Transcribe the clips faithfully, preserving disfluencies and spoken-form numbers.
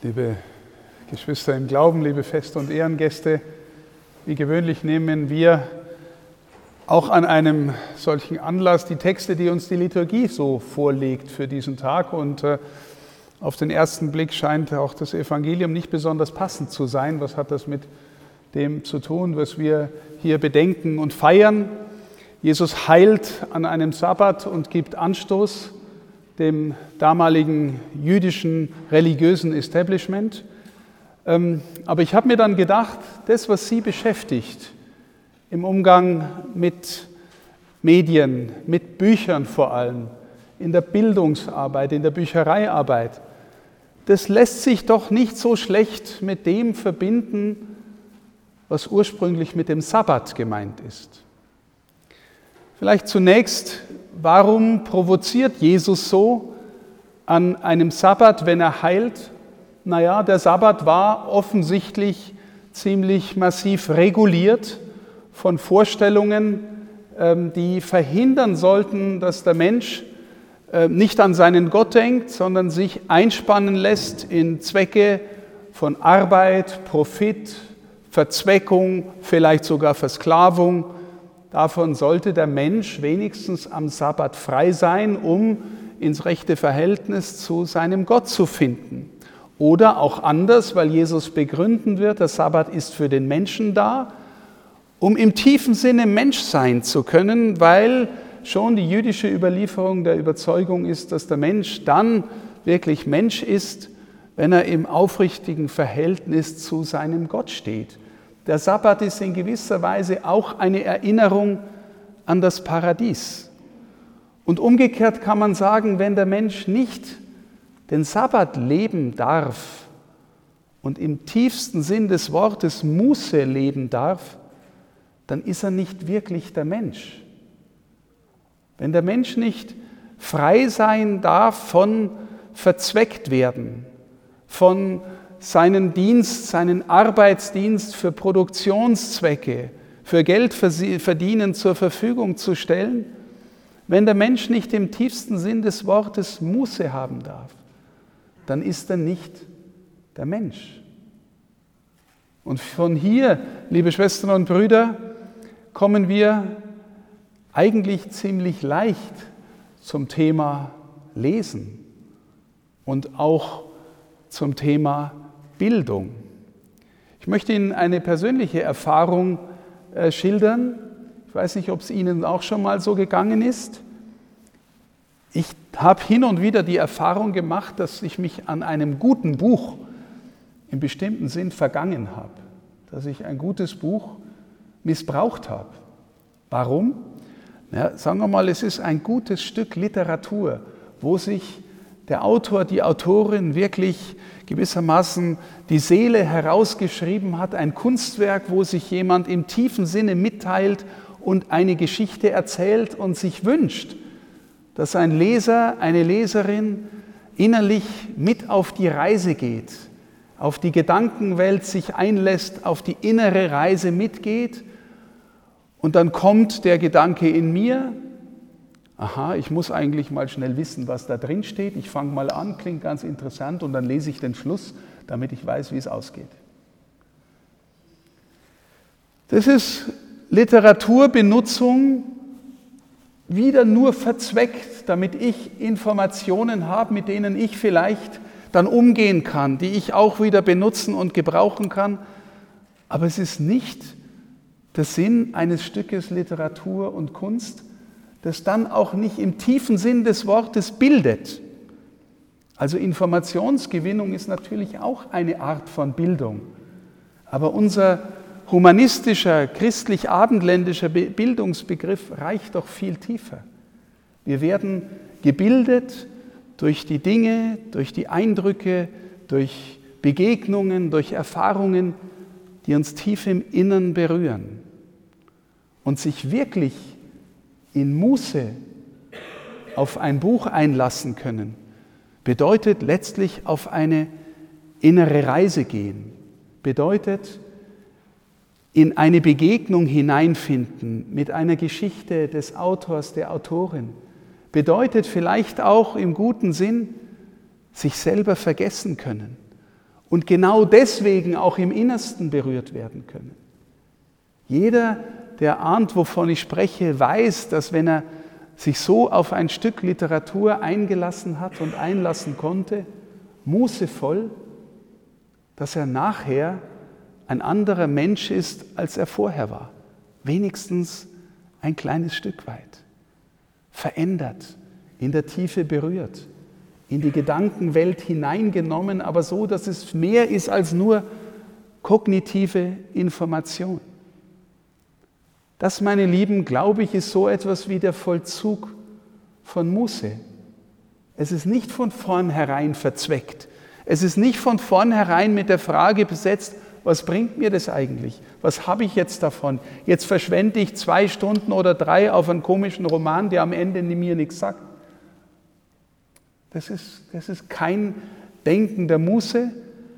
Liebe Geschwister im Glauben, liebe Fest- und Ehrengäste, wie gewöhnlich nehmen wir auch an einem solchen Anlass die Texte, die uns die Liturgie so vorlegt für diesen Tag. Und äh, auf den ersten Blick scheint auch das Evangelium nicht besonders passend zu sein. Was hat das mit dem zu tun, was wir hier bedenken und feiern? Jesus heilt an einem Sabbat und gibt Anstoß dem damaligen jüdischen religiösen Establishment. Aber ich habe mir dann gedacht, das, was Sie beschäftigt im Umgang mit Medien, mit Büchern vor allem, in der Bildungsarbeit, in der Büchereiarbeit, das lässt sich doch nicht so schlecht mit dem verbinden, was ursprünglich mit dem Sabbat gemeint ist. Vielleicht zunächst, warum provoziert Jesus so an einem Sabbat, wenn er heilt? Naja, der Sabbat war offensichtlich ziemlich massiv reguliert von Vorstellungen, die verhindern sollten, dass der Mensch nicht an seinen Gott denkt, sondern sich einspannen lässt in Zwecke von Arbeit, Profit, Verzweckung, vielleicht sogar Versklavung. Davon sollte der Mensch wenigstens am Sabbat frei sein, um ins rechte Verhältnis zu seinem Gott zu finden. Oder auch anders, weil Jesus begründen wird, der Sabbat ist für den Menschen da, um im tiefen Sinne Mensch sein zu können, weil schon die jüdische Überlieferung der Überzeugung ist, dass der Mensch dann wirklich Mensch ist, wenn er im aufrichtigen Verhältnis zu seinem Gott steht. Der Sabbat ist in gewisser Weise auch eine Erinnerung an das Paradies. Und umgekehrt kann man sagen, wenn der Mensch nicht den Sabbat leben darf und im tiefsten Sinn des Wortes Muße leben darf, dann ist er nicht wirklich der Mensch. Wenn der Mensch nicht frei sein darf von verzweckt werden, von seinen Dienst, seinen Arbeitsdienst für Produktionszwecke, für Geldverdienen zur Verfügung zu stellen, wenn der Mensch nicht im tiefsten Sinn des Wortes Muße haben darf, dann ist er nicht der Mensch. Und von hier, liebe Schwestern und Brüder, kommen wir eigentlich ziemlich leicht zum Thema Lesen und auch zum Thema Bildung. Ich möchte Ihnen eine persönliche Erfahrung äh, schildern. Ich weiß nicht, ob es Ihnen auch schon mal so gegangen ist. Ich habe hin und wieder die Erfahrung gemacht, dass ich mich an einem guten Buch im bestimmten Sinn vergangen habe, dass ich ein gutes Buch missbraucht habe. Warum? Ja, sagen wir mal, es ist ein gutes Stück Literatur, wo sich der Autor, die Autorin wirklich gewissermaßen die Seele herausgeschrieben hat, ein Kunstwerk, wo sich jemand im tiefen Sinne mitteilt und eine Geschichte erzählt und sich wünscht, dass ein Leser, eine Leserin innerlich mit auf die Reise geht, auf die Gedankenwelt sich einlässt, auf die innere Reise mitgeht. Und dann kommt der Gedanke in mir, aha, ich muss eigentlich mal schnell wissen, was da drin steht. Ich fange mal an, klingt ganz interessant und dann lese ich den Schluss, damit ich weiß, wie es ausgeht. Das ist Literaturbenutzung, wieder nur verzweckt, damit ich Informationen habe, mit denen ich vielleicht dann umgehen kann, die ich auch wieder benutzen und gebrauchen kann. Aber es ist nicht der Sinn eines Stückes Literatur und Kunst, das dann auch nicht im tiefen Sinn des Wortes bildet. Also Informationsgewinnung ist natürlich auch eine Art von Bildung. Aber unser humanistischer, christlich-abendländischer Bildungsbegriff reicht doch viel tiefer. Wir werden gebildet durch die Dinge, durch die Eindrücke, durch Begegnungen, durch Erfahrungen, die uns tief im Innern berühren. Und sich wirklich in Muße auf ein Buch einlassen können, bedeutet letztlich auf eine innere Reise gehen, bedeutet in eine Begegnung hineinfinden mit einer Geschichte des Autors, der Autorin, bedeutet vielleicht auch im guten Sinn, sich selber vergessen können und genau deswegen auch im Innersten berührt werden können. Jeder, der ahnt, wovon ich spreche, weiß, dass wenn er sich so auf ein Stück Literatur eingelassen hat und einlassen konnte, mußevoll, dass er nachher ein anderer Mensch ist, als er vorher war. Wenigstens ein kleines Stück weit. Verändert, in der Tiefe berührt, in die Gedankenwelt hineingenommen, aber so, dass es mehr ist als nur kognitive Information. Das, meine Lieben, glaube ich, ist so etwas wie der Vollzug von Muße. Es ist nicht von vornherein verzweckt. Es ist nicht von vornherein mit der Frage besetzt, was bringt mir das eigentlich? Was habe ich jetzt davon? Jetzt verschwende ich zwei Stunden oder drei auf einen komischen Roman, der am Ende mir nichts sagt. Das ist, das ist kein Denken der Muße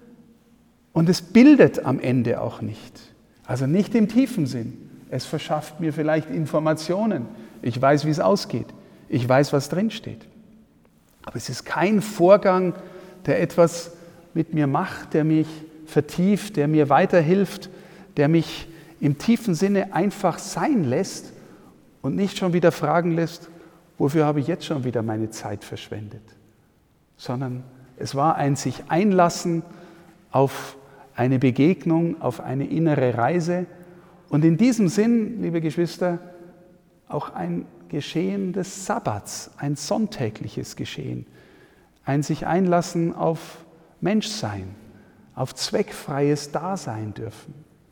und es bildet am Ende auch nicht. Also nicht im tiefen Sinn. Es verschafft mir vielleicht Informationen. Ich weiß, wie es ausgeht. Ich weiß, was drinsteht. Aber es ist kein Vorgang, der etwas mit mir macht, der mich vertieft, der mir weiterhilft, der mich im tiefen Sinne einfach sein lässt und nicht schon wieder fragen lässt, wofür habe ich jetzt schon wieder meine Zeit verschwendet? Sondern es war ein sich einlassen auf eine Begegnung, auf eine innere Reise und in diesem Sinn, liebe Geschwister, auch ein Geschehen des Sabbats, ein sonntägliches Geschehen, ein sich einlassen auf Menschsein, auf zweckfreies Dasein dürfen.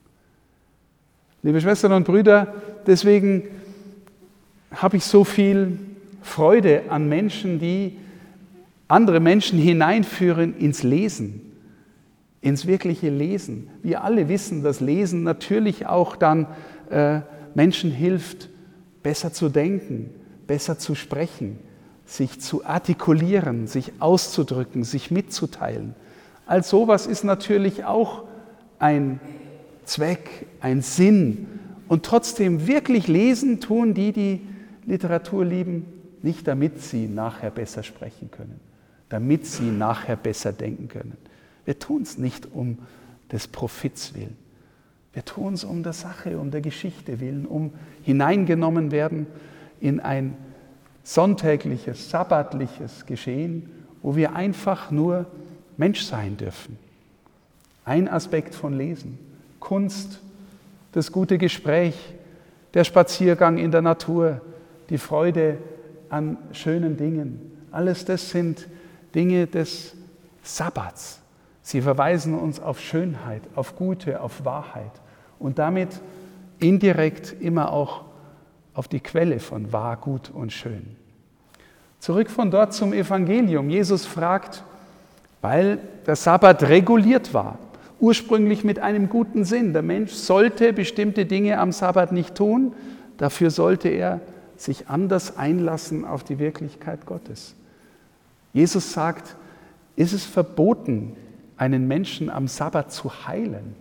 Liebe Schwestern und Brüder, deswegen habe ich so viel Freude an Menschen, die andere Menschen hineinführen ins Lesen, ins wirkliche Lesen. Wir alle wissen, dass Lesen natürlich auch dann äh, Menschen hilft, besser zu denken, besser zu sprechen, sich zu artikulieren, sich auszudrücken, sich mitzuteilen. All sowas ist natürlich auch ein Zweck, ein Sinn. Und trotzdem wirklich lesen tun die, die Literatur lieben, nicht damit sie nachher besser sprechen können, damit sie nachher besser denken können. Wir tun es nicht um des Profits willen. Wir tun es um der Sache, um der Geschichte willen, um hineingenommen werden in ein sonntägliches, sabbatliches Geschehen, wo wir einfach nur Mensch sein dürfen. Ein Aspekt von Lesen, Kunst, das gute Gespräch, der Spaziergang in der Natur, die Freude an schönen Dingen. Alles das sind Dinge des Sabbats. Sie verweisen uns auf Schönheit, auf Gute, auf Wahrheit und damit indirekt immer auch auf die Quelle von wahr, gut und schön. Zurück von dort zum Evangelium. Jesus fragt, weil der Sabbat reguliert war, ursprünglich mit einem guten Sinn. Der Mensch sollte bestimmte Dinge am Sabbat nicht tun, dafür sollte er sich anders einlassen auf die Wirklichkeit Gottes. Jesus sagt, ist es verboten, einen Menschen am Sabbat zu heilen?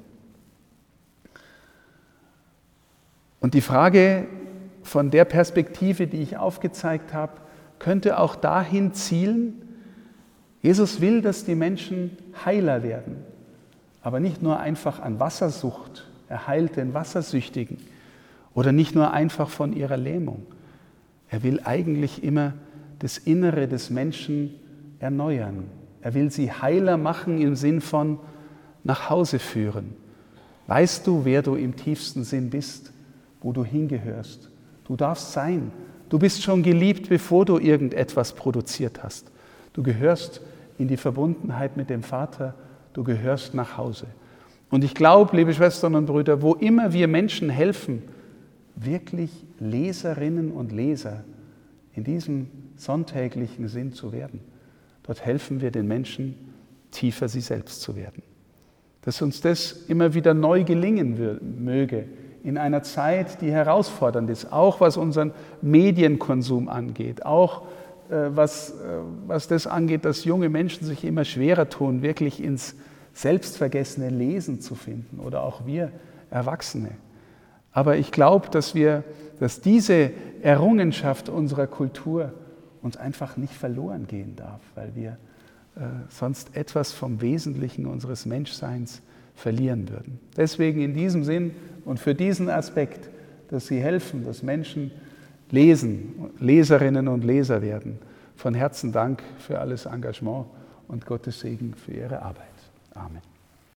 Und die Frage von der Perspektive, die ich aufgezeigt habe, könnte auch dahin zielen, Jesus will, dass die Menschen Heiler werden, aber nicht nur einfach an Wassersucht, er heilt den Wassersüchtigen oder nicht nur einfach von ihrer Lähmung. Er will eigentlich immer das Innere des Menschen erneuern. Er will sie heiler machen im Sinn von nach Hause führen. Weißt du, wer du im tiefsten Sinn bist, wo du hingehörst? Du darfst sein. Du bist schon geliebt, bevor du irgendetwas produziert hast. Du gehörst in die Verbundenheit mit dem Vater, du gehörst nach Hause. Und ich glaube, liebe Schwestern und Brüder, wo immer wir Menschen helfen, wirklich Leserinnen und Leser in diesem sonntäglichen Sinn zu werden, dort helfen wir den Menschen, tiefer sie selbst zu werden. Dass uns das immer wieder neu gelingen möge, in einer Zeit, die herausfordernd ist, auch was unseren Medienkonsum angeht, auch Was, was das angeht, dass junge Menschen sich immer schwerer tun, wirklich ins selbstvergessene Lesen zu finden oder auch wir Erwachsene. Aber ich glaube, dass wir, dass diese Errungenschaft unserer Kultur uns einfach nicht verloren gehen darf, weil wir äh, sonst etwas vom Wesentlichen unseres Menschseins verlieren würden. Deswegen in diesem Sinn und für diesen Aspekt, dass Sie helfen, dass Menschen lesen, Leserinnen und Leser werden, von Herzen Dank für alles Engagement und Gottes Segen für Ihre Arbeit. Amen.